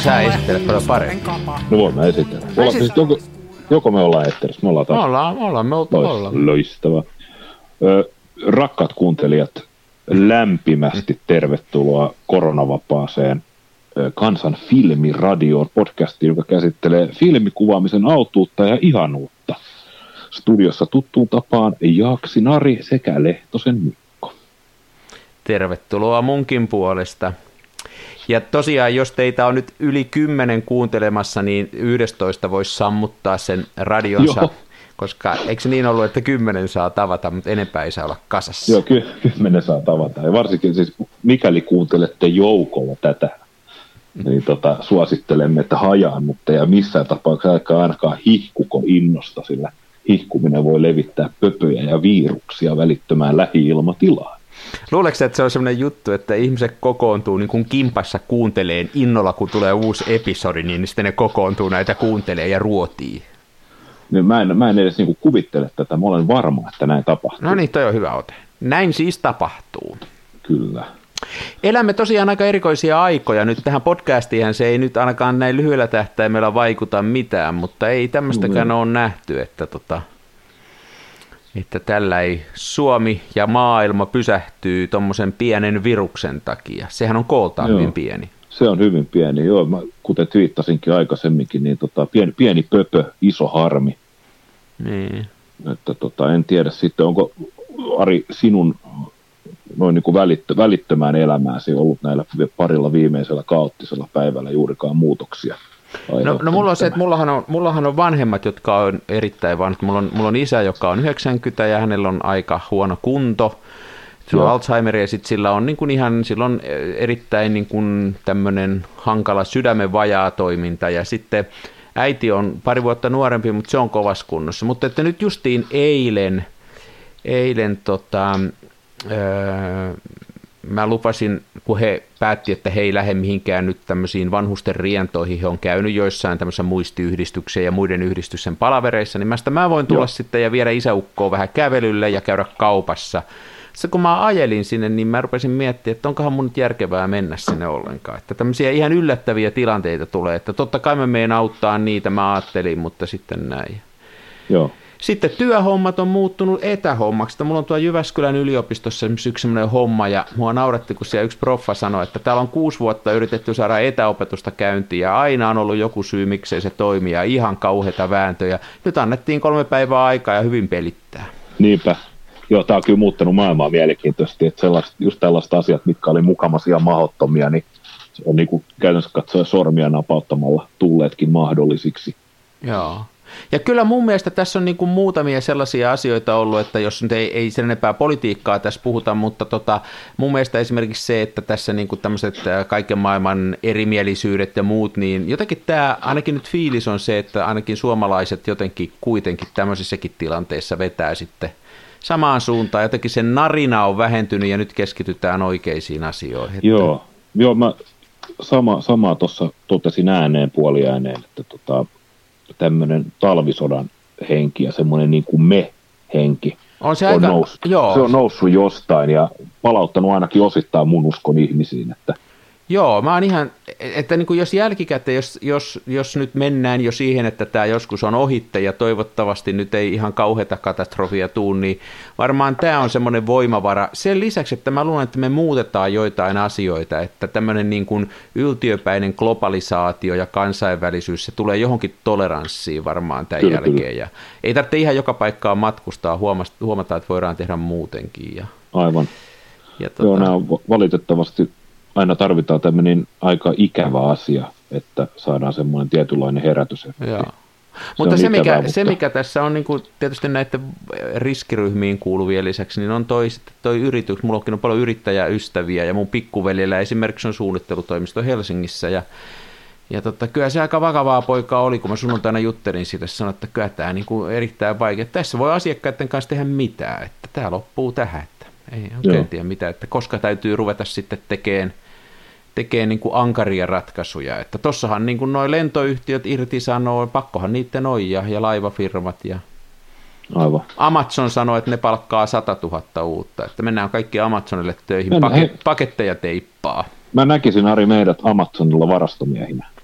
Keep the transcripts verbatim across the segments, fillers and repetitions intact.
sä esittelet paljon paremmin. No voin mä esitellä. Olla, siis joko, joko me ollaan eetterissä? Me ollaan taas. Me ollaan, me ollaan, me ollaan. Loistava. Ö, rakkaat kuuntelijat, lämpimästi tervetuloa koronavapaaseen Kansan filmiradioon podcastiin, joka käsittelee filmikuvaamisen autuutta ja ihanuutta. Studiossa tuttuun tapaan Jaaksi Nari sekä Lehtosen Mikko. Tervetuloa munkin puolesta. Ja tosiaan, jos teitä on nyt yli kymmenen kuuntelemassa, niin yhdestoista voisi sammuttaa sen radionsa. Joo. Koska eikö se niin ollut, että kymmenen saa tavata, mutta enempää ei saa olla kasassa? Joo, ky- kymmenen saa tavata. Ja varsinkin siis, mikäli kuuntelette joukolla tätä, niin tota, suosittelemme, että hajaannutte ja missään tapauksessa ainakaan hihkuko innosta, sillä hihkuminen voi levittää pöpöjä ja viiruksia välittömään lähi-ilmatilaan. Luuleeko, että se on sellainen juttu, että ihmiset kokoontuu niin kuin kimpassa kuunteleen innolla, kun tulee uusi episodi, niin sitten ne kokoontuu näitä kuuntelee ja ruotii? Niin mä, en, mä en edes niin kuvittele tätä, mä olen varma, että näin tapahtuu. No niin, toi on hyvä ote. Näin siis tapahtuu. Kyllä. Elämme tosiaan aika erikoisia aikoja. Nyt tähän podcastiin se ei nyt ainakaan näin lyhyellä tähtäimellä vaikuta mitään, mutta ei tämmöistäkään no, ole nähty, että, tota, että tällä ei Suomi ja maailma pysähtyy tuommoisen pienen viruksen takia. Sehän on kooltaan hyvin pieni. Se on hyvin pieni, joo. Mä, kuten twiittasinkin aikaisemminkin, niin tota, pieni, pieni pöpö, iso harmi. Niin. Että tota, en tiedä sitten, onko Ari sinun noin niin kuin välittö, välittömään elämääsi ollut näillä parilla viimeisellä kaoottisella päivällä juurikaan muutoksia? No, no mulla on se, että mullahan on, mullahan on vanhemmat, jotka on erittäin vanhat. Mulla on, mulla on isä, joka on yhdeksänkymmentä ja hänellä on aika huono kunto. Sillä on Alzheimer ja sitten sillä on niin kuin ihan sillä on erittäin niin kuin tämmöinen hankala sydämen vajaatoiminta ja sitten äiti on pari vuotta nuorempi, mutta se on kovassa kunnossa. Mutta että nyt justiin eilen, eilen tota, öö, mä lupasin, kun he päätti, että he ei lähde mihinkään nyt tämmöisiin vanhusten rientoihin, he on käynyt joissain tämmöisissä muistiyhdistyksen ja muiden yhdistysten palavereissa, niin mä sitä mä voin tulla Joo. sitten ja viedä isäukkoa vähän kävelylle ja käydä kaupassa. Sitten kun mä ajelin sinne, niin mä rupesin miettimään, että onkohan mun nyt järkevää mennä sinne ollenkaan. Että tämmöisiä ihan yllättäviä tilanteita tulee, että totta kai mä menen auttaa niitä, mä ajattelin, mutta sitten näin. Joo. Sitten työhommat on muuttunut etähommaksi. Mulla on tuolla Jyväskylän yliopistossa yksi sellainen homma, ja mua nauratti, kun siellä yksi proffa sanoi, että täällä on kuusi vuotta yritetty saada etäopetusta käyntiin, ja aina on ollut joku syy, miksei se toimi, ja ihan kauheita vääntöjä. Nyt annettiin kolme päivää aikaa ja hyvin pelittää. Niinpä. Joo, tämä on kyllä muuttanut maailmaa mielenkiintoisesti, että just tällaiset asiat, mitkä oli mukamaisia mahdottomia, niin on niin kuin käytännössä katsoen sormia napauttamalla tulleetkin mahdollisiksi. Joo. Ja kyllä mun mielestä tässä on niin kuin muutamia sellaisia asioita ollut, että jos nyt ei, ei sen enempää politiikkaa tässä puhuta, mutta tota, mun mielestä esimerkiksi se, että tässä niin kuin tämmöiset kaiken maailman erimielisyydet ja muut, niin jotenkin tämä, ainakin nyt fiilis on se, että ainakin suomalaiset jotenkin kuitenkin tämmöisissäkin tilanteissa vetää sitten samaan suuntaan. Jotenkin sen narina on vähentynyt ja nyt keskitytään oikeisiin asioihin. Joo, Joo mä sama, samaa tuossa totesin ääneen puoliääneen, että tota, tämmöinen talvisodan henki ja semmoinen niin kuin me-henki on, se on, aika, noussut, joo. se on noussut jostain ja palauttanut ainakin osittain mun uskon ihmisiin, että Joo, mä oon ihan, että niin kuin jos jälkikäteen, jos, jos, jos nyt mennään jo siihen, että tämä joskus on ohitte ja toivottavasti nyt ei ihan kauheata katastrofia tuu, niin varmaan tämä on semmoinen voimavara. Sen lisäksi, että mä luulen, että me muutetaan joitain asioita, että tämmöinen niin kuin yltiöpäinen globalisaatio ja kansainvälisyys, se tulee johonkin toleranssiin varmaan tämän kyllä, jälkeen. Kyllä. Ja ei tarvitse ihan joka paikkaan matkustaa, huomata, että voidaan tehdä muutenkin. Ja, aivan. Ja tuota, Joo, nämä on valitettavasti aina tarvitaan tämmöinen aika ikävä asia, että saadaan semmoinen tietynlainen herätysefekti. Joo. Mutta se, ikävää, mikä, mutta se, mikä tässä on niin kuin tietysti näiden riskiryhmiin kuuluvien lisäksi, niin on toi, toi yritys. Mulla on paljon yrittäjäystäviä ja mun pikkuveljellä esimerkiksi on suunnittelutoimisto Helsingissä. Ja, ja totta, kyllä se aika vakavaa poikaa oli, kun mä sunnuntaina juttelin siitä, sanoin, että kyllä tämä niin kuin erittäin vaikea. Tässä voi asiakkaiden kanssa tehdä mitään, että tämä loppuu tähän. Ei oikein tiedä mitä, että koska täytyy ruveta sitten tekemään, tekemään niin kuin ankaria ratkaisuja. Että tossahan niin kuin noi lentoyhtiöt irtisanoo, pakkohan niiden on ja, ja laivafirmat. Ja aivan. Amazon sanoo, että ne palkkaa satatuhatta uutta. Että mennään kaikki Amazonille töihin, Pake, paketteja teippaa. Mä näkisin, Ari, meidät Amazonilla varastomiehinä.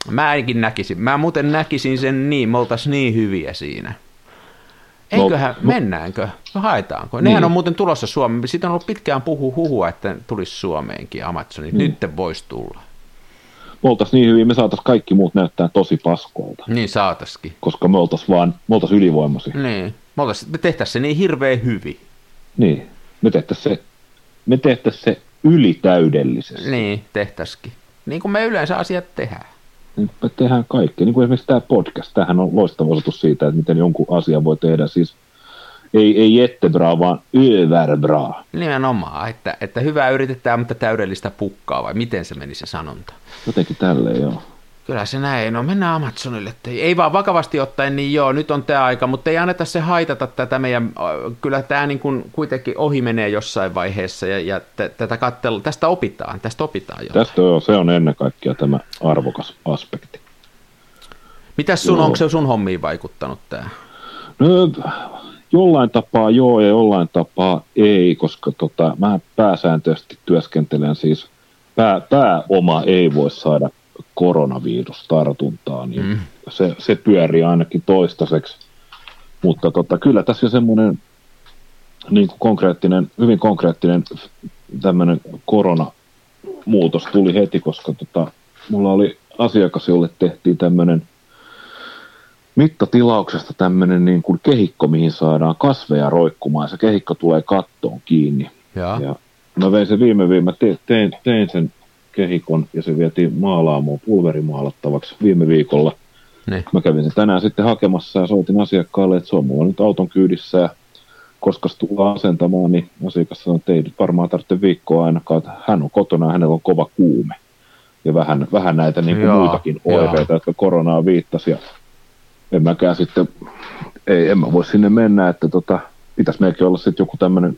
Mä ainakin näkisin. Mä muuten näkisin sen niin, me oltaisiin niin hyviä siinä. Eiköhän, no, mennäänkö? Haetaanko? Niin. Nehän on muuten tulossa Suomeen. Siitä on ollut pitkään puhu huhua, että tulisi Suomeenkin Amazoniin. Niin. Nyt voisi tulla. Me oltaisiin niin hyviä, me saataisiin kaikki muut näyttää tosi paskoilta. Niin saataisiin. Koska me oltaisiin vaan, me oltaisiin ylivoimaisia. Niin. Me, me tehtäisiin se niin hirveän hyvin. Niin. Me tehtäisiin se, me tehtäisiin se ylitäydellisesti. Niin, tehtäisikin. Niin kuin me yleensä asiat tehdään. Me tehdään kaikkea. Niin kuin esimerkiksi tämä podcast. Tämähän on loistava osoitus siitä, että miten jonkun asian voi tehdä. Siis ei, ei jättebra, vaan överbra. Nimenomaan, että, että hyvää yritetään, mutta täydellistä pukkaa, vai miten se meni se sanonta? Jotenkin tälleen, joo. Kyllä se näin. No mennään Amazonille. Ei, ei vaan vakavasti ottaen, niin joo, nyt on tämä aika, mutta ei anneta se haitata tätä meidän, kyllä tämä niin kuin kuitenkin ohi menee jossain vaiheessa ja, ja t- tätä kattelu, tästä opitaan, tästä opitaan jotain. Tästä joo, se on ennen kaikkea tämä arvokas aspekti. Mitäs sun, onko se sun hommiin vaikuttanut tämä? No jollain tapaa joo ja jollain tapaa ei, koska tota, mä pääsääntöisesti työskentelen siis, pää, pääoma ei voi saada koronavirustartuntaa, niin mm. se, se pyörii ainakin toistaiseksi. Mutta tota, kyllä tässä semmoinen niin kuin konkreettinen, hyvin konkreettinen tämmöinen koronamuutos tuli heti, koska tota, mulla oli asiakas, jolle tehtiin tämmöinen mittatilauksesta tämmöinen niin kuin kehikko, mihin saadaan kasveja roikkumaan. Se kehikko tulee kattoon kiinni. Ja, ja mä vein sen viime viime, te, tein, tein sen kehikon ja se vietiin maalaamoon pulverimaalattavaksi viime viikolla. Ne. Mä kävin sen tänään sitten hakemassa ja soitin asiakkaalle, että se on mulla nyt auton kyydissä ja koska se tullaan asentamaan, niin asiakas sanoi, että ei nyt varmaan tarvitse viikkoa ainakaan, että hän on kotona ja hänellä on kova kuume. Ja vähän, vähän näitä niin kuin muitakin oireita, jotka koronaan viittasi. Ja en mäkään sitten, ei, en mä voi sinne mennä, että tota, pitäisi meidänkin olla sitten joku tämmöinen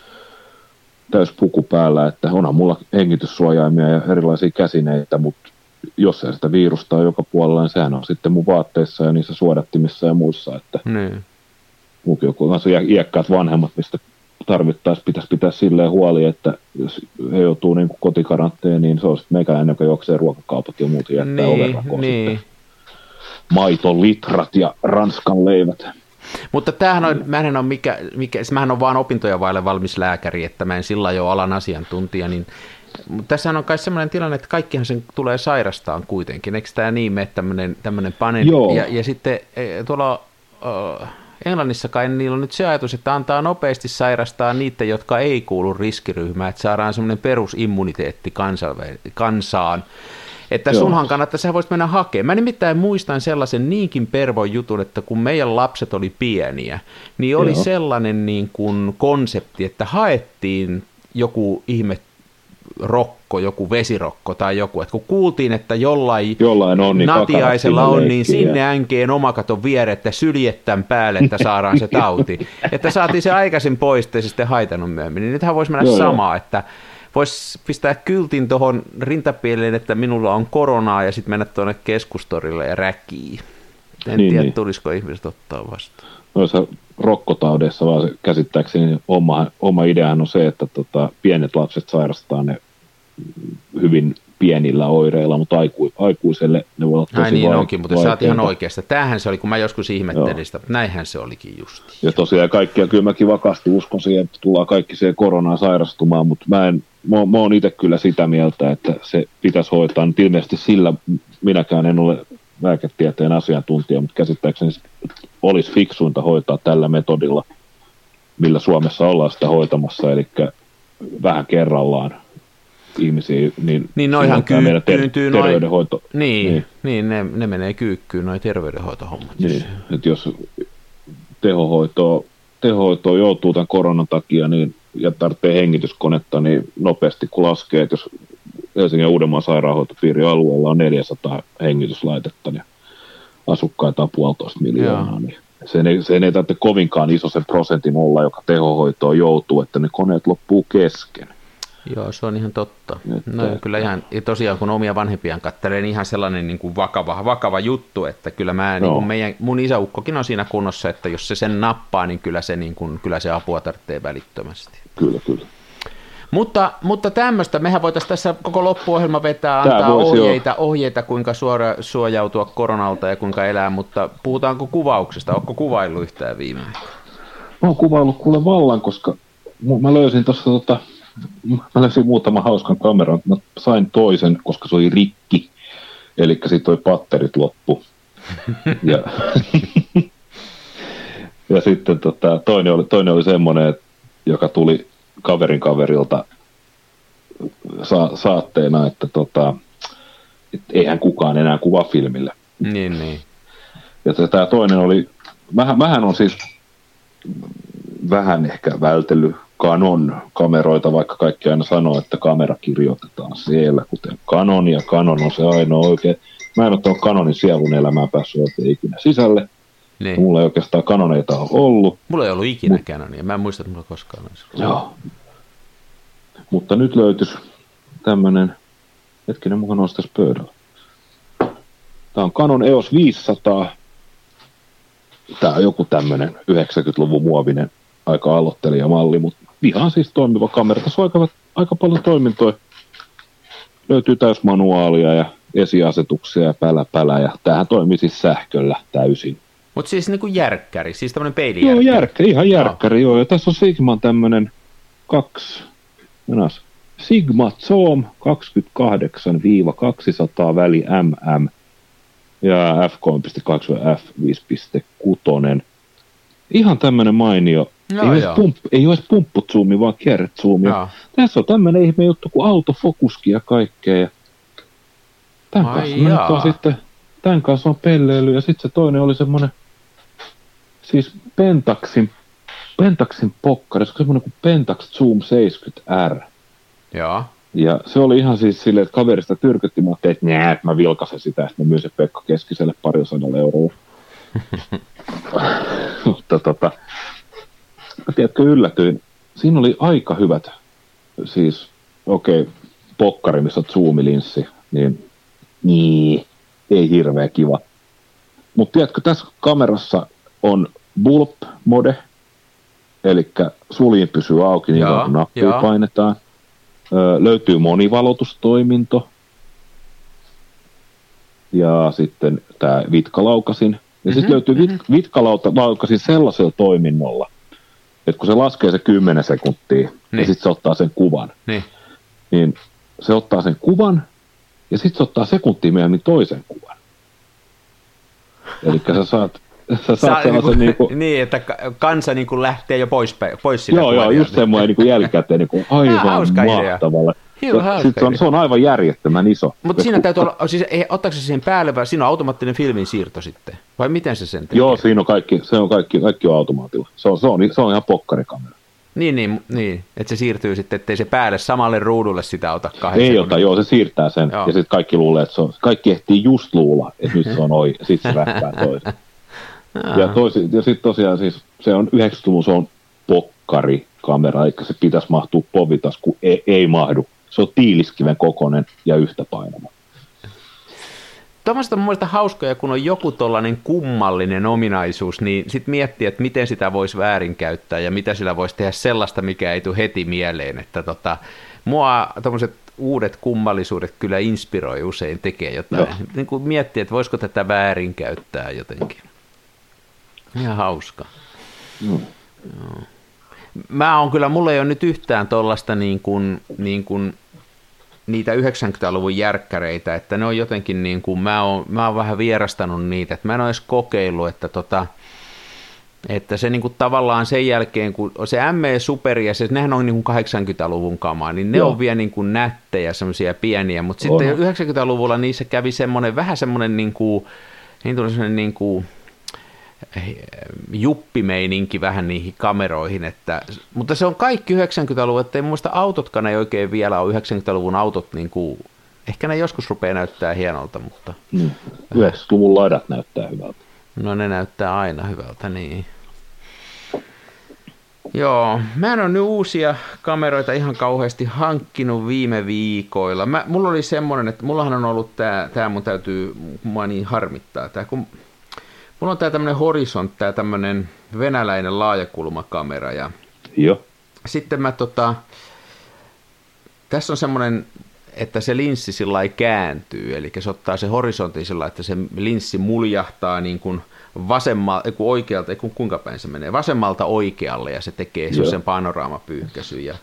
täyspuku päällä, että onhan mulla hengityssuojaimia ja erilaisia käsineitä, mutta jos ei sitä virusta ole joka puolella, niin sehän on sitten mun vaatteissa ja niissä suodattimissa ja muissa, että mm. mukin joku on se iäkkäät vanhemmat, mistä tarvittaisiin pitäisi pitää silleen huoli, että jos he joutuu niin kuin kotikaranteeniin, niin se on sitten meikäläinen, joka juoksee ruokakaupat ja muut jättää niin, ovenrakoon niin. Sitten maitolitrat ja ranskan leivät. Mutta tämähän on, mä en ole mikä, mikä, mähän on vaan opintoja vaille valmis lääkäri, että mä en sillä jo alan asiantuntija, niin mutta tässä on kai sellainen tilanne, että kaikkihan sen tulee sairastaan kuitenkin, eikö tämä niin mene tämmöinen, tämmöinen paneeli, ja, ja sitten tuolla uh, Englannissa kai niillä on nyt se ajatus, että antaa nopeasti sairastaa niitä, jotka ei kuulu riskiryhmään, että saadaan semmoinen perusimmuniteetti kansaan, että Joo. sunhan kannattaa, sä voisit mennä hakemaan. Mä nimittäin muistan sellaisen niinkin pervon jutun, että kun meidän lapset oli pieniä, niin oli Joo. sellainen niin kuin konsepti, että haettiin joku ihme rokko, joku vesirokko tai joku, että kun kuultiin, että jollain, jollain on, niin natiaisella on, niin sinne änkeen omakaton viereen, että syljet tämän päälle, että saadaan se tauti. Että saatiin se aikaisin pois, ettei se sitten haitannut myöhemmin. Niin nythän voisi mennä Joo, samaa, että voisi pistää kyltin tuohon rintapieleen, että minulla on koronaa ja sitten mennä tuonne keskustorille ja räkiin. En niin, tiedä, niin. tulisiko ihmiset ottaa vastaan. Noissa rokkotaudeissa vaan se käsittääkseni oma, oma ideahan on se, että tota, pienet lapset sairastaa ne hyvin pienillä oireilla, mutta aiku, aikuiselle ne voi olla tosi Ai niin vai- onkin, mutta sä oot ihan oikeasta. Tämähän se oli, kun mä joskus ihmettelin sitä, mutta näinhän se olikin just. Ja tosiaan kaikkia, kyllä mäkin vakaasti uskon siihen, että tullaan kaikki siihen koronaan sairastumaan, mutta mä, en, mä, mä oon itse kyllä sitä mieltä, että se pitäisi hoitaa. Nyt ilmeisesti sillä minäkään en ole lääketieteen asiantuntija, mutta käsittääkseni olisi fiksuinta hoitaa tällä metodilla, millä Suomessa ollaan sitä hoitamassa, eli vähän kerrallaan ihmisiä, niin, niin noihan kyy- meidän ter- kyyntyy terveydenhoito. Noi, niin, niin. niin ne, ne menee kyykkyyn, noi terveydenhoitohommat. Niin, että jos tehohoitoa, tehohoitoa joutuu tämän koronan takia niin, ja tarvitsee hengityskonetta, niin nopeasti kun laskee, että jos Helsingin ja Uudenmaan sairaanhoitopiirin alueella on neljäsataa hengityslaitetta, niin asukkaita on puolitoista miljoonaa, niin sen ei, sen ei tarvitse kovinkaan iso sen prosentin olla, joka tehohoitoon joutuu, että ne koneet loppuu kesken. Joo, se on ihan totta. Että, no kyllä ihan, ja tosiaan kun omia vanhempiaan katselen, niin ihan sellainen niin kuin vakava, vakava juttu, että kyllä mä, niin kuin meidän, mun isäukkokin on siinä kunnossa, että jos se sen nappaa, niin kyllä se, niin kuin, kyllä se apua tarvitsee välittömästi. Kyllä, kyllä. Mutta, mutta tämmöistä, mehän voitaisiin tässä koko loppuohjelma vetää, Tää antaa ohjeita, jo. ohjeita, kuinka suora, suojautua koronalta ja kuinka elää, mutta puhutaanko kuvauksesta? Ootko kuvaillut yhtään viime aikoina? Mä oon kuvaillut kuule vallan, koska mä löysin tuossa, tota, mä löysin muutaman hauskan kameran, mä sain toisen, koska se oli rikki, eli sitten toi patterit loppu. ja, ja sitten tota, toinen, oli, toinen oli semmoinen, joka tuli kaverin kaverilta sa- saatteena, että tota, et eihän kukaan enää kuva filmille. Niin, niin. Ja tämä toinen oli, vähän, vähän on siis vähän ehkä vältellyt Canon kameroita, vaikka kaikki aina sanoo, että kamera kirjoitetaan siellä, kuten Canon, ja Canon on se ainoa oikein. Mä en ole tuon Canonin sielun elämään päässyt oikein ikinä sisälle. Niin. Mulla ei oikeastaan Canoneita ole ollut. Mulla ei ollut ikinä Mut, Canonia, mä en muista, että mulla koskaan olisi. Joo. Mutta nyt löytyisi tämmönen, hetkinen mukaan olisi tässä pöydällä. Tää on Canon E O S viisisataa. Tää on joku tämmönen yhdeksänkymmentäluvun muovinen aika aloittelijamalli, mutta ihan siis toimiva kamera. Tässä on aika, aika paljon toimintoja. Löytyy täysmanuaalia ja esiasetuksia ja pälä pälä. Ja tämähän toimii siis sähköllä täysin. Mutta siis niinku järkkäri, siis tämmönen peilijärkkäri. Joo, järkkäri, ihan järkkäri, joo. joo. Ja tässä on Sigman tämmönen kaksi, menas, Sigma Zoom kaksikymmentäkahdeksan kaksisataa väli M M ja F kolme pilkku kaksi F viisi pilkku kuusi. Ihan tämmönen mainio. Joo, ei, ole pump, ei ole edes pumppuzoomi, vaan kierrezoomi. Tässä on tämmönen ihme juttu kuin autofokuskin ja kaikkea. Ja tämän, kanssa on sitten, tämän kanssa on pelleily. Ja sitten se toinen oli semmonen, siis Pentaxin, Pentaxin pokkari, se on semmonen kuin Pentax Zoom seitsemänkymmentä R. Joo. Ja se oli ihan siis silleen, että kaverista tyrkytti, mä ajattelin, että nää, että mä vilkasen sitä, että mä myyn se Pekka Keskiselle pari sadalla euroa. Mutta tota, tiedätkö, yllätyin. Siinä oli aika hyvät, siis okei, okay, pokkari, missä on zoomilinssi, niin niin, ei hirveä kiva. Mutta tiedätkö, tässä kamerassa on bulb mode, eli suljin pysyy auki, niin kun nappia painetaan. Öö, löytyy monivalotustoiminto ja sitten tämä vitkalaukasin. Ja mm-hmm, sitten löytyy mm-hmm. vit, vitkalaukasin sellaisella toiminnolla, että kun se laskee se kymmenen sekuntia niin. Ja sitten se ottaa sen kuvan, niin. niin se ottaa sen kuvan ja sitten se ottaa sekuntia myöhemmin toisen kuvan. Eli sä saat... Sä saat niinku, niinku, niin, että kansa niinku lähtee jo pois, pois sitä. Joo, joo, just semmoinen niinku jälkikäteen niinku aivan mahtavalla. Sitten on, se on aivan järjettömän iso. Mutta siinä täytyy olla, siis ottaako se siihen päälle vai siinä on automaattinen filmin siirto sitten? Vai miten se sen tekee? Joo, siinä on kaikki, se on kaikki, kaikki on automaatilla. Se on, se on, se on ihan pokkarikamera. Niin, niin, niin, että se siirtyy sitten, ettei se päälle samalle ruudulle sitä ota kahden Ei ota, joo, se siirtää sen. Joo. Ja sitten kaikki luulee, että se on, kaikki ehtii just luulla, että nyt se on oi, sitten se räppää toisen. Ja, toisi, ja sitten tosiaan siis se on yhdeksänkymmentäluvun, se on pokkarikamera, eikä se pitäisi mahtua povitas, kun ei, ei mahdu. Se on tiiliskiven kokoinen ja yhtä painava. Tuommoista on mun mielestä hauskoja, kun on joku tollainen kummallinen ominaisuus, niin sitten miettii, että miten sitä voisi väärinkäyttää ja mitä sillä voisi tehdä sellaista, mikä ei tule heti mieleen. Että tota, mua tuommoiset uudet kummallisuudet kyllä inspiroi usein, tekee jotain. Niin kuin miettii, että voisiko tätä väärinkäyttää jotenkin. Ihan hauska. Mm. Joo. Mä oon kyllä, mulla ei ole nyt yhtään tuollaista niin kuin, niin kuin niitä yhdeksänkymmentäluvun järkkäreitä, että ne on jotenkin niin kuin, mä oon, mä oon vähän vierastanut niitä, että mä en ole edes kokeillut, että tota, että se niin kuin tavallaan sen jälkeen, kun se M E Super ja se, nehän on niin kuin kahdeksankymmentäluvun kamaa, niin ne Joo. on vielä niin kuin nättejä, semmoisia pieniä, mutta on. Sitten yhdeksänkymmentäluvulla niissä kävi semmoinen, vähän semmoinen niin kuin, niin tuli semmoinen niin kuin juppimeininki vähän niihin kameroihin, että, mutta se on kaikki yhdeksänkymmentäluvun, että ei mun mielestä autotkaan ei oikein vielä ole yhdeksänkymmentäluvun autot, niin kuin, ehkä ne joskus rupeaa näyttää hienolta, mutta... Mm. yhdeksänkymmentäluvun laidat näyttää hyvältä. No ne näyttää aina hyvältä, niin. Joo, mä en ole nyt uusia kameroita ihan kauheasti hankkinut viime viikoilla. Mä, mulla oli semmoinen, että mullahan on ollut tää, tää mun täytyy, mua niin harmittaa, tää kun... Mulla on tää tämmönen Horizont, tää tämmönen venäläinen laajakulmakamera ja Joo. sitten mä tota, tässä on semmoinen, että se linssi sillä lailla kääntyy, eli se ottaa se horisontin sillä lailla, että se linssi muljahtaa niin kuin vasemmalta, ei kun oikealta, ei kun kuinka päin se menee, vasemmalta oikealle ja se tekee sen panoraamapyyhkäisyn. Ja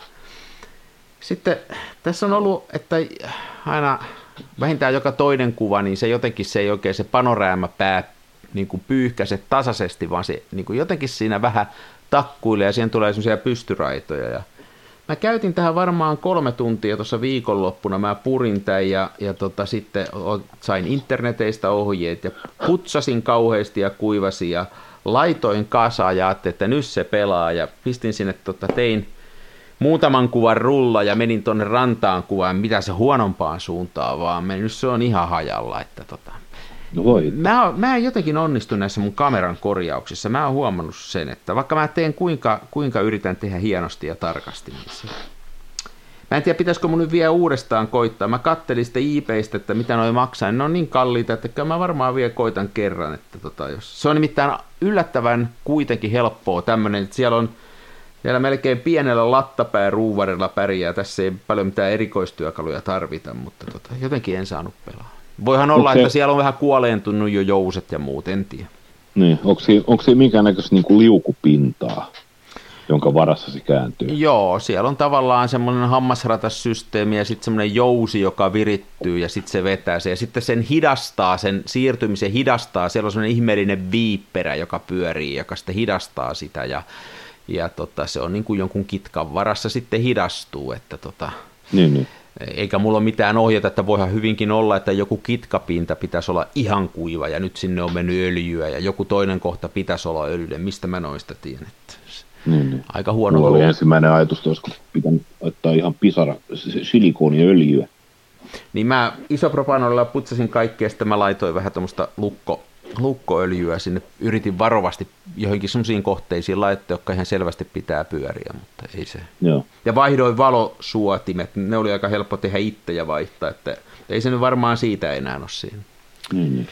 sitten tässä on ollut, että aina vähintään joka toinen kuva, niin se jotenkin se ei oikein se panoraamapää niin kuin pyyhkäise tasaisesti, vaan se niin kuin jotenkin siinä vähän takkuilee ja siihen tulee semmoisia pystyraitoja. Ja mä käytin tähän varmaan kolme tuntia tuossa viikonloppuna, mä purin tämän ja, ja tota, sitten sain interneteistä ohjeet ja putsasin kauheasti ja kuivasin ja laitoin kasaan ja ajattelin, että nyt se pelaa ja pistin sinne, tota, tein muutaman kuvan rulla ja menin tuonne rantaan kuvaan, mitä se huonompaan suuntaan vaan meni. Nyt se on ihan hajalla. Että tota. no voi. Mä, mä en jotenkin onnistu näissä mun kameran korjauksissa. Mä oon huomannut sen, että vaikka mä teen kuinka, kuinka yritän tehdä hienosti ja tarkasti. Niin se. Mä en tiedä, pitäisikö mun nyt vielä uudestaan koittaa. Mä kattelin sitten eBaystä, että mitä noi maksaa. Ne on niin kalliita, että mä varmaan vielä koitan kerran. Että tota, jos. Se on nimittäin yllättävän kuitenkin helppoa tämmöinen, että siellä on Siellä melkein pienellä lattapääruuvarilla pärjää. Tässä ei paljon mitään erikoistyökaluja tarvita, mutta tota, jotenkin en saanut pelaa. Voihan olla, se, että siellä on vähän kuoleentunut jo jouset ja muut, en tiedä. Niin, onko siinä, onko siinä minkäännäköistä niinku liukupintaa, jonka varassa se kääntyy? Joo, siellä on tavallaan semmoinen hammasratassysteemi ja sitten semmoinen jousi, joka virittyy ja sitten se vetää se. Ja sitten sen hidastaa, sen siirtymisen hidastaa. Siellä on semmoinen ihmeellinen viipperä, joka pyörii, joka sitten hidastaa sitä ja Ja tota, se on niin kuin jonkun kitkan varassa sitten hidastuu, että tota, niin, niin. eikä mulla ole mitään ohjata, että voihan hyvinkin olla, että joku kitkapinta pitäisi olla ihan kuiva ja nyt sinne on mennyt öljyä ja joku toinen kohta pitäisi olla öljyä, mistä mä noista tiedän. Niin, niin. Aika huono. Mulla oli ensimmäinen ajatus, että olisiko pitänyt ottaa ihan pisara silikooniöljyä. Niin mä isopropanoilla putsasin kaikkea, sitten mä laitoin vähän tuommoista lukko, lukkoöljyä sinne, yritin varovasti johonkin semmoisiin kohteisiin laittaa, jotka ihan selvästi pitää pyöriä, mutta ei se. Joo. Ja vaihdoin valosuotimet, ne oli aika helppo tehdä itse ja vaihtaa, että ei se nyt varmaan siitä enää ole siinä. Niin, niin.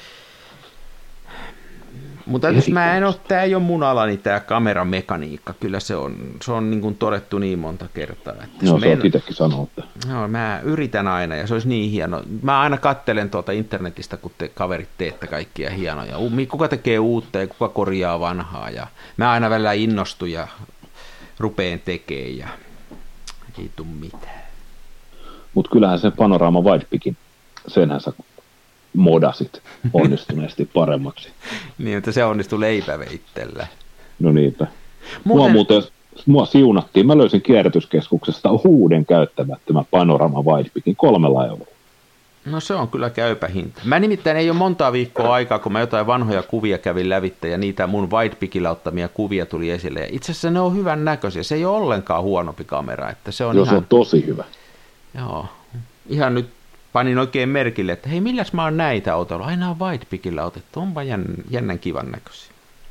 Mutta jos mä en ole, tämä ei ole mun alani, tämä kameramekaniikka, kyllä se on, se on niin kuin todettu niin monta kertaa. Että joo, se on itsekin sanonut. No, mä yritän aina ja se olisi niin hieno. Mä aina katselen tuolta internetistä, kun te kaverit teette kaikkia hienoja. Kuka tekee uutta ja kuka korjaa vanhaa ja mä aina välillä innostun ja rupeen tekemään ja ei tule mitään. Mutta kyllähän se Panorama Widepicin, senhän sä modasit onnistuneesti paremmaksi. Niin, että se onnistui leipäveittellä. No niinpä. Muuten... Mua muuten, mua siunattiin. Mä löysin kierrätyskeskuksesta uuden käyttämättömän Panorama Widepicin kolmella euroa. No se on kyllä käypä hinta. Mä nimittäin ei ole montaa viikkoa aikaa, kun mä jotain vanhoja kuvia kävin lävitse ja niitä mun Widepicillä ottamia kuvia tuli esille. Ja itse asiassa ne on hyvän näköisiä. Se ei ole ollenkaan huonompi kamera. Että se on Joo, ihan... se on tosi hyvä. Joo. Ihan nyt panin oikein merkille, että hei, milläs mä oon näitä otellut? Aina on Widepicillä otettu. Onpa jännän, jännän kivan näköisiä.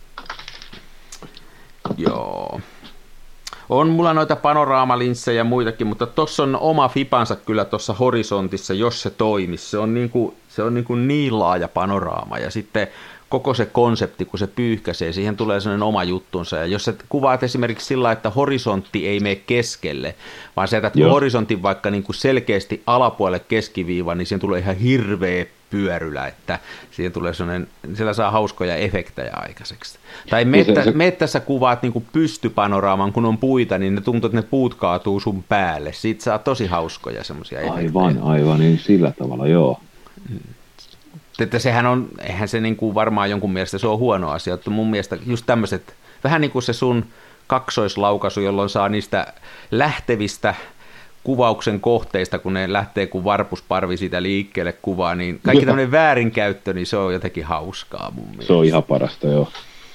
Joo. On mulla noita panoraamalinssejä ja muitakin, mutta tossa on oma fipansa kyllä tuossa horisontissa, jos se toimisi. Se on, niin kuin, se on niin, kuin niin laaja panoraama ja sitten koko se konsepti, kun se pyyhkäisee, siihen tulee sellainen oma juttunsa. Ja jos sä kuvaat esimerkiksi sillä, että horisontti ei mene keskelle, vaan sä jätät horisontin vaikka niin kuin selkeästi alapuolelle keskiviivan, niin siihen tulee ihan hirveä pyörylä, että siihen tulee sellainen, siellä saa hauskoja efektejä aikaiseksi. Tai mettä, mettässä kuvaat niin kuin pystypanoraaman, kun on puita, niin ne tuntuu, että ne puut kaatuu sun päälle. Siitä saa tosi hauskoja semmoisia efektejä. Aivan, aivan, niin sillä tavalla, joo. Että sehän on, eihän se niin kuin varmaan jonkun mielestä se on huono asia, että mun mielestä just tämmöiset, vähän niin kuin se sun kaksoislaukaisu, jolloin saa niistä lähtevistä kuvauksen kohteista, kun ne lähtee kuin varpusparvi siitä liikkeelle kuvaa, niin kaikki tämmöinen väärinkäyttö, niin se on jotenkin hauskaa mun mielestä. Se on ihan parasta, joo.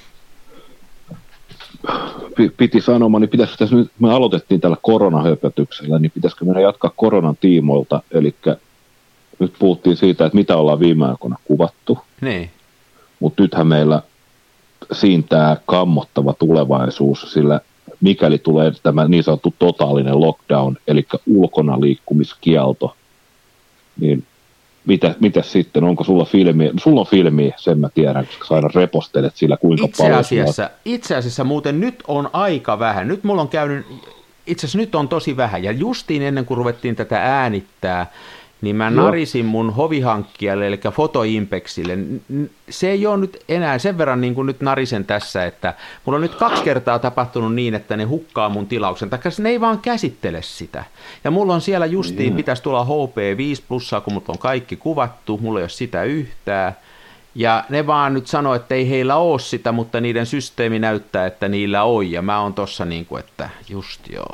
Piti sanomaan, niin pitäisikö tässä nyt, me aloitettiin tällä koronahöpötyksellä, niin pitäisikö meidän jatkaa koronan tiimoilta, eli nyt puhuttiin siitä, että mitä ollaan viime aikoina kuvattu, niin. Mutta nythän meillä siintää kammottava tulevaisuus, sillä mikäli tulee tämä niin sanottu totaalinen lockdown, eli ulkona liikkumiskielto, niin mitä, mitä sitten, onko sulla filmiä? Sulla on filmiä, sen mä tiedän, koska sä aina repostelet sillä, kuinka itse paljon asiassa, sulla... Itse asiassa muuten nyt on aika vähän. Nyt mulla on käynyt itse asiassa nyt on tosi vähän, ja justiin ennen kuin ruvettiin tätä äänittää, niin mä narisin mun hovihankkijalle, eli Fotoimpexille. Se ei ole nyt enää sen verran niin kuin nyt narisen tässä, että mulla on nyt kaksi kertaa tapahtunut niin, että ne hukkaa mun tilauksen, taikka ne ei vaan käsittele sitä. Ja mulla on siellä justiin, yeah. pitäisi tulla H P viisi plussaa, kun mut on kaikki kuvattu, mulla ei ole sitä yhtään. Ja ne vaan nyt sanoo, että ei heillä ole sitä, mutta niiden systeemi näyttää, että niillä on, ja mä oon tossa niin kuin, että just joo.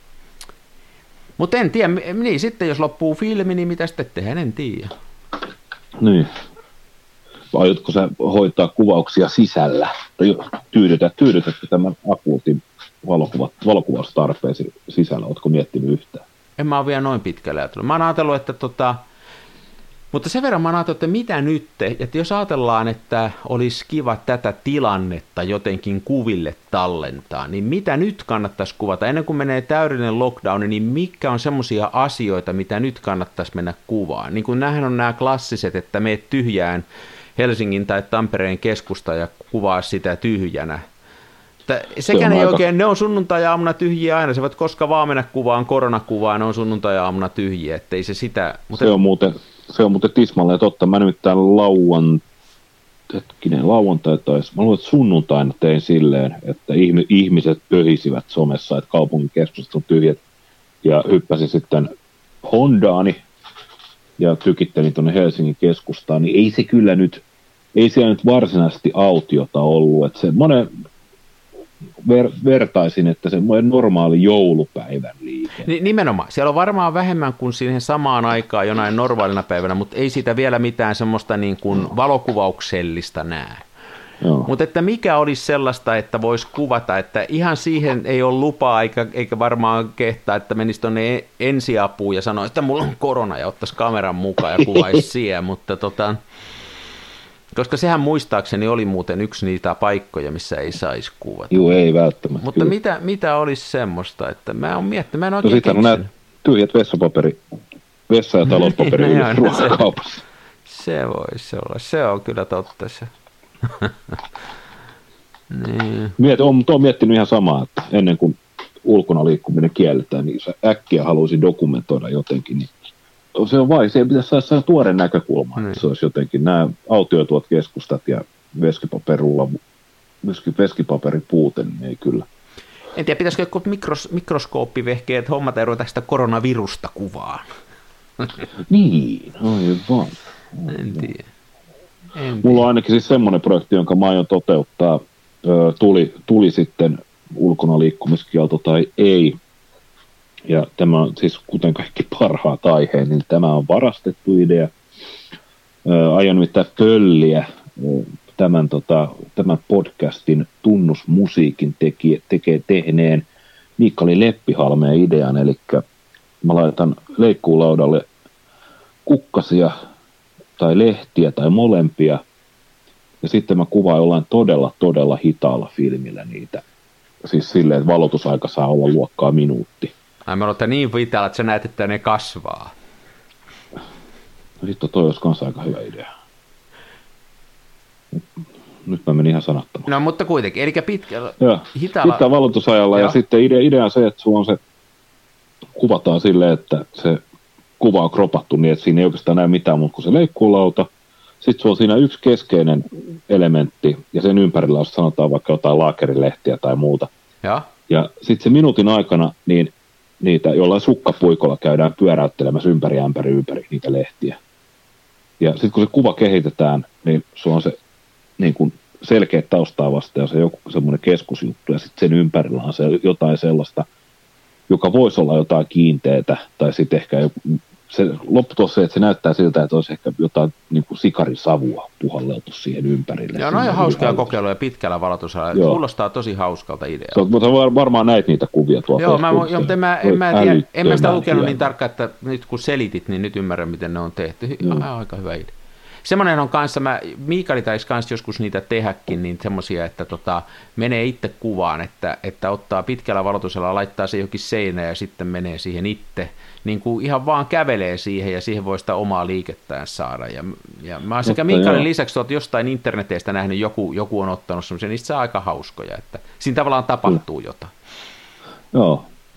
Mutta en tiedä, niin sitten jos loppuu filmi, niin mitä sitten tehdään, en tiedä. Niin. Vai aiotko sä hoitaa kuvauksia sisällä? Tai tyydytä, tyydytätkö tämän akuutin valokuva, valokuvaustarpeesi sisällä? Ootko miettinyt yhtään? En mä ole vielä noin pitkälle ajatellut. Mä oon ajatellut, että tota... Mutta sen verran mä oon ajatellut, että mitä nyt, että jos ajatellaan, että olisi kiva tätä tilannetta jotenkin kuville tallentaa, niin mitä nyt kannattaisi kuvata? Ennen kuin menee täydellinen lockdown, niin mitkä on semmoisia asioita, mitä nyt kannattaisi mennä kuvaan? Niin kuin nämähän on nämä klassiset, että meet tyhjään Helsingin tai Tampereen keskusta ja kuvaa sitä tyhjänä. Sekään ei aika... oikein, ne on sunnuntai-aamuna tyhjiä aina, se voit koska vaan mennä kuvaan koronakuvaan, ne on sunnuntai-aamuna tyhjiä, ettei se sitä... Mutta... Se on muuten... Se on muuten tismalleen totta. Mä nimittäin lauan, hetkinen, lauantai taisi. Mä luulen, että sunnuntaina tein silleen, että ihmiset pöhisivät somessa, että kaupungin keskustat on tyhjät. Ja hyppäsin sitten Hondaani ja tykittelin tuonne Helsingin keskustaan. Niin ei se kyllä nyt, ei siellä nyt varsinaisesti autiota ollut. Että se monen ver, vertaisin, että se on normaali joulupäivän liike. Nimenomaan. Siellä on varmaan vähemmän kuin siihen samaan aikaan jonain normaalina päivänä, mutta ei siitä vielä mitään semmoista niin kuin valokuvauksellista näe. Mutta että mikä olisi sellaista, että voisi kuvata, että ihan siihen ei ole lupaa eikä, eikä varmaan kehtaa, että menisi tuonne ensiapuun ja sanoisi, että mulla on korona ja ottaisi kameran mukaan ja kuvaisi siihen, mutta tota... Koska sehän muistaakseni oli muuten yksi niitä paikkoja, missä ei saisi kuvata. Joo, ei välttämättä. Mutta mitä, mitä olisi semmoista, että mä oon miettinyt, mä en oikein no sitten on nämä tyhjät vessapaperi, vessa- ja talouspaperi no, ruokakaupassa. Se, se voisi olla, se on kyllä totta se. Niin. Miet, on, on miettinyt ihan samaa, että ennen kuin ulkona liikkuminen kielletään, niin jos äkkiä haluaisin dokumentoida jotenkin, niin se on vai, se pitäisi saada tuore näkökulma, mm. että se olisi jotenkin nämä autioituvat keskustat ja veskipaperulla, veskipaperin puute, niin ei kyllä. En tiedä, pitäisikö joku mikros, mikroskooppivehkeet hommata ja ruveta sitä koronavirusta kuvaan? Niin, aivan. En tiedä. En Mulla tiedä. on ainakin siis semmoinen projekti, jonka mä aion toteuttaa, tuli, tuli sitten ulkona liikkumiskielto tai ei. Ja tämä on siis, kuten kaikki parhaat aiheet, niin tämä on varastettu idea. Ää, aion nimittäin pölliä tämän, tota, tämän podcastin tunnusmusiikin teki, tekee tehneen Mikkali Leppihalmeen idean, eli mä laitan leikkuulaudalle kukkasia tai lehtiä tai molempia, ja sitten mä kuvaan jollain todella, todella hitaalla filmillä niitä. Siis silleen, että valotusaika saa olla luokkaa minuutti. Ai me olette niin vitalla, että sä näet, että ne kasvaa. No hitto, toi olisi kanssa aika hyvä idea. Nyt mä menin ihan sanattomaan. No mutta kuitenkin, eli pitkällä, ja, hitaalla. Pitää valotusajalla ja, ja sitten idea, idea on se, että sulla on se, kuvataan silleen, että se kuva on kropattu niin, että siinä ei oikeastaan näe mitään muuta kuin se leikkuulauta. Sitten sulla on siinä yksi keskeinen elementti ja sen ympärillä, jos sanotaan vaikka jotain laakerilehtiä tai muuta. Ja, ja sitten se minuutin aikana, niin niitä jollain sukkapuikolla käydään pyöräyttelemässä ympäri ämpäri ympäri niitä lehtiä. Ja sitten kun se kuva kehitetään, niin sulla on se niin kuin selkeä taustaa vasta ja se joku semmoinen keskusjuttu ja sitten sen ympärillä on se jotain sellaista, joka voisi olla jotain kiinteätä tai sitten ehkä joku, se lopputulos se, että se näyttää siltä, että olisi ehkä jotain niin kuin sikarisavua puhalleltu siihen ympärille. Joo, no on hauskaa kokeiluja pitkällä valotusajalla. Kuulostaa tosi hauskalta idealta. So, mutta varmaan näit niitä kuvia tuolta. Joo, mä, jo, mutta en mä, en mä, tiedä, en mä sitä lukenut niin tarkkaan, että nyt kun selitit, niin nyt ymmärrän, miten ne on tehty. Mm. Aika hyvä idea. Semmoinen on kanssa, mä, Miikali taisi kanssa joskus niitä tehdäkin, niin semmoisia, että tota, menee itse kuvaan, että, että ottaa pitkällä valotusella, laittaa se johonkin seinään ja sitten menee siihen itse. Niin kuin ihan vaan kävelee siihen ja siihen voi sitä omaa liikettään saada. Ja, ja mä oon sekä Miikalin lisäksi tuolta jostain interneteistä nähnyt, joku, joku on ottanut semmoisia, niistä saa aika hauskoja, että siinä tavallaan tapahtuu mm. jotain. Joo.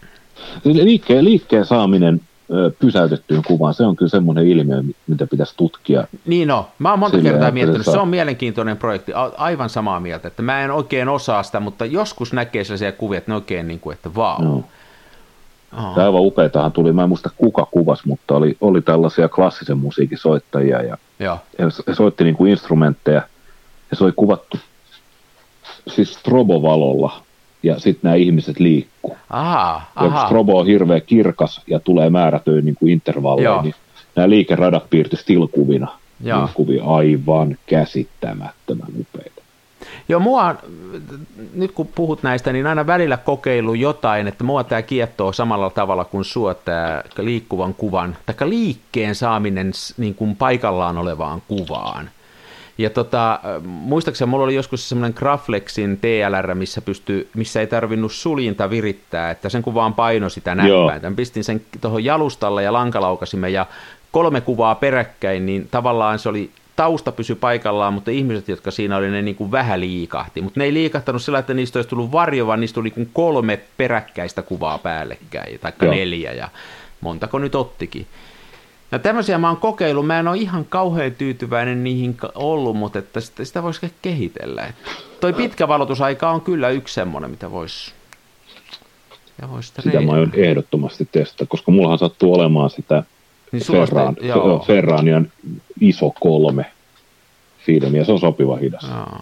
Liikkeen, liikkeen saaminen pysäytettyyn kuvaan, se on kyllä semmoinen ilmiö, mitä pitäisi tutkia. Niin no, mä oon monta Silleen, kertaa että miettinyt, se se saa- on mielenkiintoinen projekti, a- aivan samaa mieltä, että mä en oikein osaa sitä, mutta joskus näkee sellaisia kuvia, että ne oikein niin kuin, että vau. Joo. Tämä aivan upeatahan tuli, mä en muista kuka kuvas, mutta oli, oli tällaisia klassisen musiikin soittajia ja Joo, he soitti niin kuin instrumentteja ja se oli kuvattu siis strobovalolla ja sitten nämä ihmiset liikkuu. aha, Ja aha, strobo on hirveän kirkas ja tulee määrätyin niin kuin intervallein, Joo. niin nämä liikeradat piirtyi still-kuvina. Joo. Niin kuvia aivan käsittämättömän upeita. Joo, mua, on- nyt kun puhut näistä, niin aina välillä kokeilu jotain, että mua tämä kiehtoo samalla tavalla kuin sua tämä liikkuvan kuvan, tai liikkeen saaminen s- niin kuin paikallaan olevaan kuvaan. Ja tota, muistaakseni mulla oli joskus semmoinen Graflexin T L R, missä, pystyy, missä ei tarvinnut suljinta virittää, että sen kun vaan paino sitä näppäintä. Mä pistin sen tuohon jalustalle ja lankalaukasimme ja kolme kuvaa peräkkäin, niin tavallaan se oli, tausta pysyi paikallaan, mutta ihmiset, jotka siinä oli, ne niin kuin vähän liikahti. Mutta ne ei liikahtanut sillä, että niistä olisi tullut varjo, vaan niistä tuli niin kuin kolme peräkkäistä kuvaa päällekkäin, tai Joo. neljä, ja montako nyt ottikin. Ja tämmöisiä mä oon kokeillut, mä en ole ihan kauhean tyytyväinen niihin ka- ollut, mutta että sitä, sitä voisi ehkä kehitellä. Että toi pitkä valotusaika on kyllä yksi semmoinen, mitä voisi vois Sitä mä aion ehdottomasti testata, koska mullahan sattuu olemaan sitä niin sulla Ferran, sitä- joo. Ferranian iso kolme filmiä, se on sopiva hidas. Joo.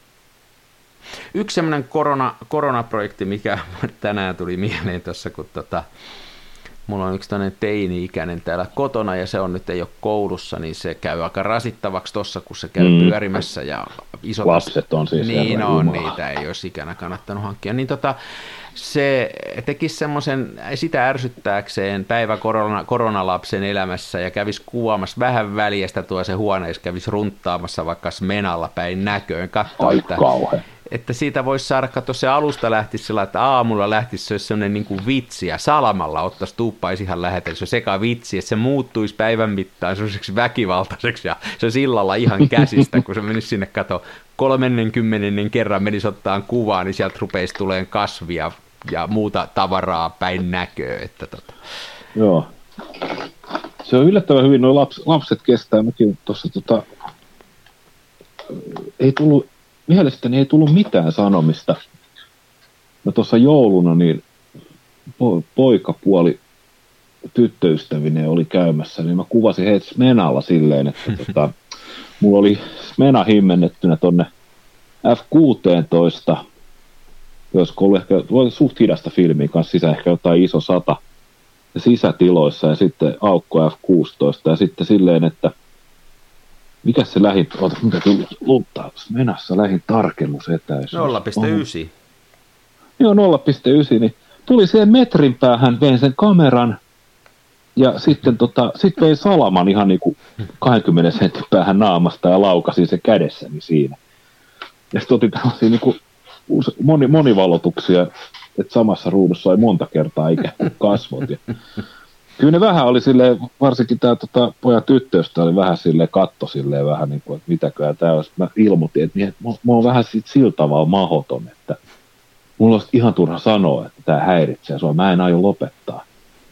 Yksi semmoinen korona, koronaprojekti, mikä tänään tuli mieleen tuossa, kun tota, mulla on yksi tämmöinen teini-ikäinen täällä kotona ja se on nyt ei ole koulussa, niin se käy aika rasittavaksi tuossa, kun se käy Mm. pyörimässä ja isot Lapset on siis niin herran on, jumala. niitä ei olisi ikänä kannattanut hankkia. Niin tota, se teki semmoisen sitä ärsyttääkseen päivä korona, koronalapsen elämässä ja kävisi kuvaamassa vähän väljestä tuo se huoneessa, kävisi runttaamassa vaikka Smenalla päin näköön, katsoa, Ai että, kauhean. että siitä voisi saada, katsoa se alusta lähtisi sillä, että aamulla lähtisi se olisi semmoinen niin kuin vitsi ja salamalla ottaisi tuuppaisi ihan lähetä, se on seka vitsi, että se muuttuisi päivän mittaan semmoiseksi väkivaltaiseksi ja se olisi illalla ihan käsistä, kun se menisi sinne kato kolmennenkymmenennen kerran menisi ottaa kuvaa, niin sieltä rupeisi tulemaan kasvia ja muuta tavaraa päin näköä. Että tota. Joo. Se on yllättävän hyvin, nuo laps, lapset kestää. Mäkin tuossa tota, ei tullut, mielestäni ei tullut mitään sanomista. Mä tuossa jouluna niin po, poikapuoli tyttöystävinen oli käymässä, niin mä kuvasin heitä Smenalla silleen, että tota, mulla oli Smena himmennettynä tonne F kuusitoista, josko ollut ehkä suht hidasta filmiä kanssa sisä, ehkä jotain iso sata ja sisätiloissa ja sitten aukko F kuusitoista ja sitten silleen, että mikä se lähin, oota, mitä tuli luuttaa, Smenassa lähin tarkennusetäisyys. nolla pilkku yhdeksän. Joo, nolla pilkku yhdeksän, niin tuli siihen metrin päähän, vein sen kameran ja sitten tota, sit vein salaman ihan niinku kaksikymmentä sentin päähän naamasta ja laukasin se kädessäni siinä. Ja sitten otin tällaisia niinku moni, monivalotuksia, että samassa ruudussa oli monta kertaa ikään kuin kasvot. Ja kyllä ne vähän oli silleen, varsinkin tämä tota, pojan tyttöystä oli vähän silleen, katto silleen vähän niin kuin, että mitäköhän tämä olisi. Mä ilmoitin, että mä, mä oon vähän sit sillä tavalla mahoton, että mulla olisi ihan turha sanoa, että tämä häiritsee sua, mä en aio lopettaa.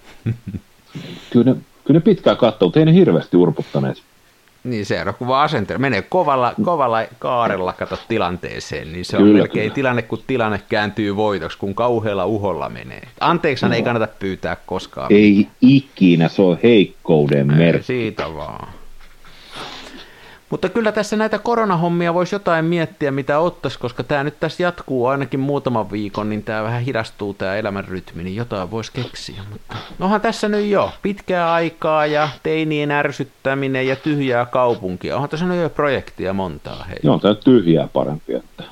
Kyllä ne, kyllä ne pitkään katsoo, mutta ei ne hirveästi urputtaneet. Niin se on kuva asenteella. Menee kovalla, kovalla kaarella kato tilanteeseen, niin se on Kyllä, melkein kyllä. tilanne, kun tilanne kääntyy voitoksi, kun kauhealla uholla menee. Anteeksihan No. ei kannata pyytää koskaan. Ei ikinä, se on heikkouden Ei, merkki. siitä vaan. Mutta kyllä tässä näitä koronahommia voisi jotain miettiä, mitä ottaisi, koska tämä nyt tässä jatkuu ainakin muutaman viikon, niin tämä vähän hidastuu tämä elämän rytmi, niin jotain voisi keksiä. Mutta onhan tässä nyt jo pitkää aikaa ja teinien ärsyttäminen ja tyhjää kaupunkia. Onhan tässä nyt jo projektia montaa. Hei. Joo, tämä tyhjää parempi, että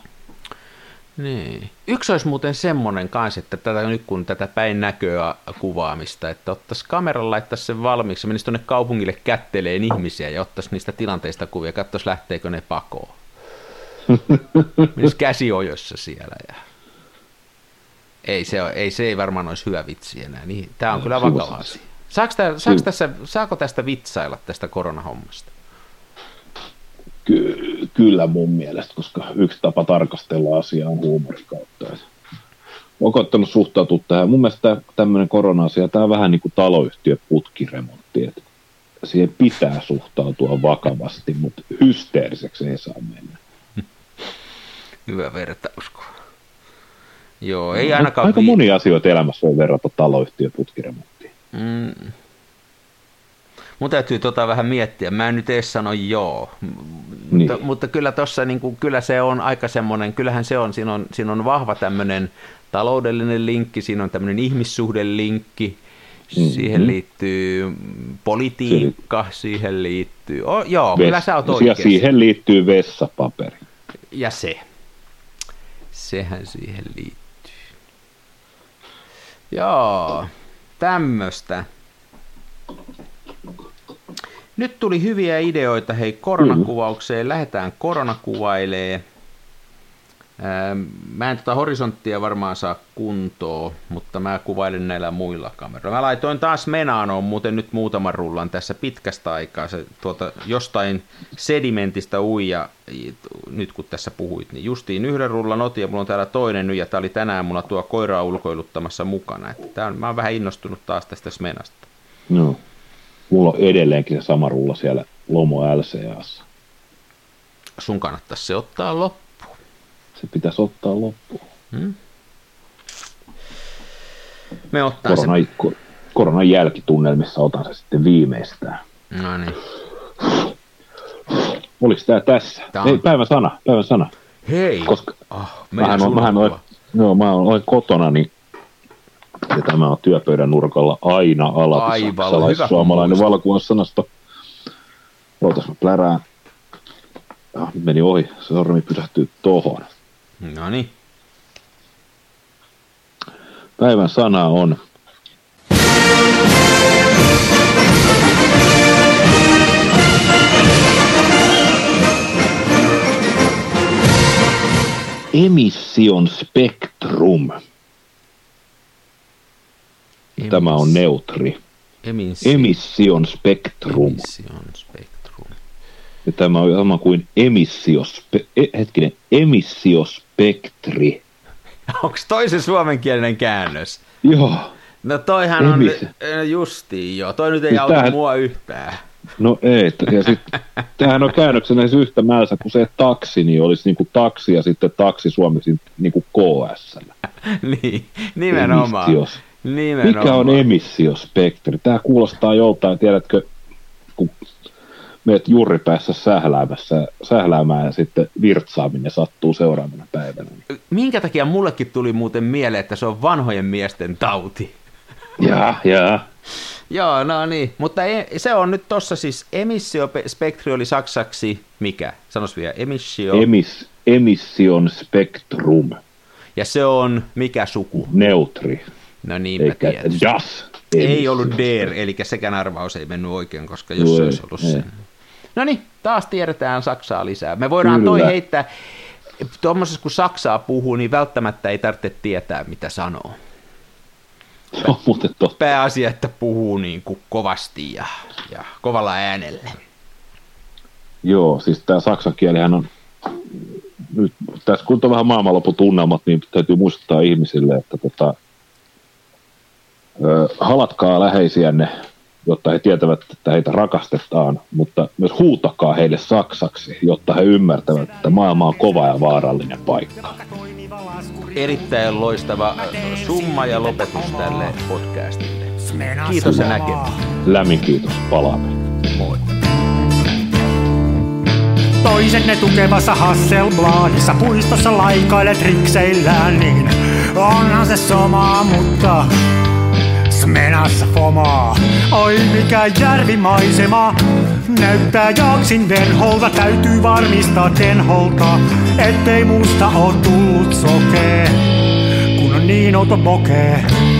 Niin. Yksi olisi muuten semmoinen kanssa, että tätä, nyt kun tätä päin näköä kuvaamista, että ottaisi kameran, laittaisi sen valmiiksi, menisi tuonne kaupungille kätteleen ihmisiä ja ottaisi niistä tilanteista kuvia, katsoisi lähteekö ne pakoon. Menisi käsiojossa siellä. Ja... Ei, se, on, ei, se ei varmaan olisi hyvä vitsi enää. Niin, tämä on kyllä vakava asia. Saako, tää, saako, tässä, saako tästä vitsailla tästä koronahommasta? Ky- kyllä mun mielestä, koska yksi tapa tarkastella asiaa on huumorin kautta. olen koettanut suhtautua tähän. Mun mielestä tämmöinen korona-asia, tämä on vähän niin kuin taloyhtiön putkiremontti, että siihen pitää suhtautua vakavasti, mutta hysteeriseksi ei saa mennä. Hyvä vertaus. Joo, ei ainakaan... Aika vi- monia asioita elämässä voi verrata taloyhtiön putkiremonttiin. Mm. Mun täytyy tota vähän miettiä. Mä en nyt edes sano joo, niin. mutta, mutta kyllä tossa niinku, kyllä se on aika semmoinen, kyllähän se on, siinä on, siinä on vahva tämmöinen taloudellinen linkki, siinä on tämmöinen ihmissuhdelinkki, mm-hmm. siihen liittyy politiikka, Se... siihen liittyy, oh, joo, Ves... kyllä sä oot oikeassa. Ja siihen liittyy vessapaperi. Ja se, sehän siihen liittyy. Joo, tämmöistä. Nyt tuli hyviä ideoita, hei, koronakuvaukseen. Mm. Lähdetään koronakuvailee. Mä en tota horisonttia varmaan saa kuntoon, mutta mä kuvailen näillä muilla kameroilla. Mä laitoin taas Menanoon muuten nyt muutaman rullan tässä pitkästä aikaa. Se tuota, jostain sedimentistä uija, nyt kun tässä puhuit, niin justiin yhden rullan otin ja mulla on täällä toinen nyt, ja tää oli tänään mulla tuo koiraa ulkoiluttamassa mukana. Että tää on, mä oon vähän innostunut taas tästä Smenasta. No. Mulla on edelleenkin se sama rulla siellä Lomo L C A:ssa. Sun kannattaisi se ottaa loppuun. Se pitäisi ottaa loppuun. Hmm? Me ottaa Korona, se... ko, koronan jälkitunnelmissa otan se sitten viimeistään. No niin. Oliko tää tässä? Tää on... Hei, päivän sana, päivän sana. Hei! Koska oh, mähän on, mähän olen, joo, mä olen kotona, niin ja tämä on työpöydän nurkalla aina alati saksalais-suomalainen valkuaissanasto. Ootas mä plärään. Ah, nyt meni ohi. Se sormi pysähtyy tohon. No niin. Päivän sana on emission spektrum. Emis... Tämä on neutri. Emissi... Emission spektrum. Emission spektrum. Ja tämä on sama kuin emissiospe... hetkinen, emissiospektri. Onko toi se suomenkielinen käännös? Joo. No toihan Emis... on justiin joo. Toi nyt ei siis auta tähän... mua yhtään. No ei. Ja sitten tämähän on käännöksenä yhtä määrässä kuin se taksi, niin olisi niin kuin taksi ja sitten taksi suomeksi niin kuin K S. Niin, nimenomaan. Emissios. Nimenomaan. Mikä on emissiospektri? Tämä kuulostaa joltain, tiedätkö, kun meet juuripäässä sähläämässä, sähläämään ja sitten virtsaaminen sattuu seuraavana päivänä. Minkä takia mullekin tuli muuten mieleen, että se on vanhojen miesten tauti? Jaa, jaa. Joo, no niin, mutta se on nyt tossa siis emissiospektri oli saksaksi mikä? Sanos vielä, emissio... Emis, emission spektrum. Ja se on mikä suku? Neutri. No niinpä tietysti. Das. Ei ollut der, eli sekään arvaus ei mennyt oikein, koska jos se olisi ollut sen. No niin, taas tiedetään Saksaa lisää. Me voidaan Kyllä. toi heittää, tuommoisessa kun Saksaa puhuu, niin välttämättä ei tarvitse tietää, mitä sanoo. Se on muuten totta. Pääasia, että puhuu niin kuin kovasti ja, ja kovalla äänellä. Joo, siis tämä saksan kielihän on, nyt tässä kun on vähän maailmanlopun tunnelmat, niin täytyy muistuttaa ihmisille, että tota, ö, halatkaa läheisiänne, jotta he tietävät, että heitä rakastetaan, mutta myös huutakaa heille saksaksi, jotta he ymmärtävät, että maailma on kova ja vaarallinen paikka. Erittäin loistava summa ja lopetus tälle podcastille. Kiitos ja näkemään. Lämmin kiitos. Palaamme. Moi. Toisenne tukevassa Hasselbladissa puistossa laikailet rikseillään, niin onhan se sama, mutta Smenassa fomaa. Oi mikä järvimaisema, näyttää jaksin venholta, täytyy varmistaa tenholta, ettei musta oo tullut sokee, kun on niin outo pokee.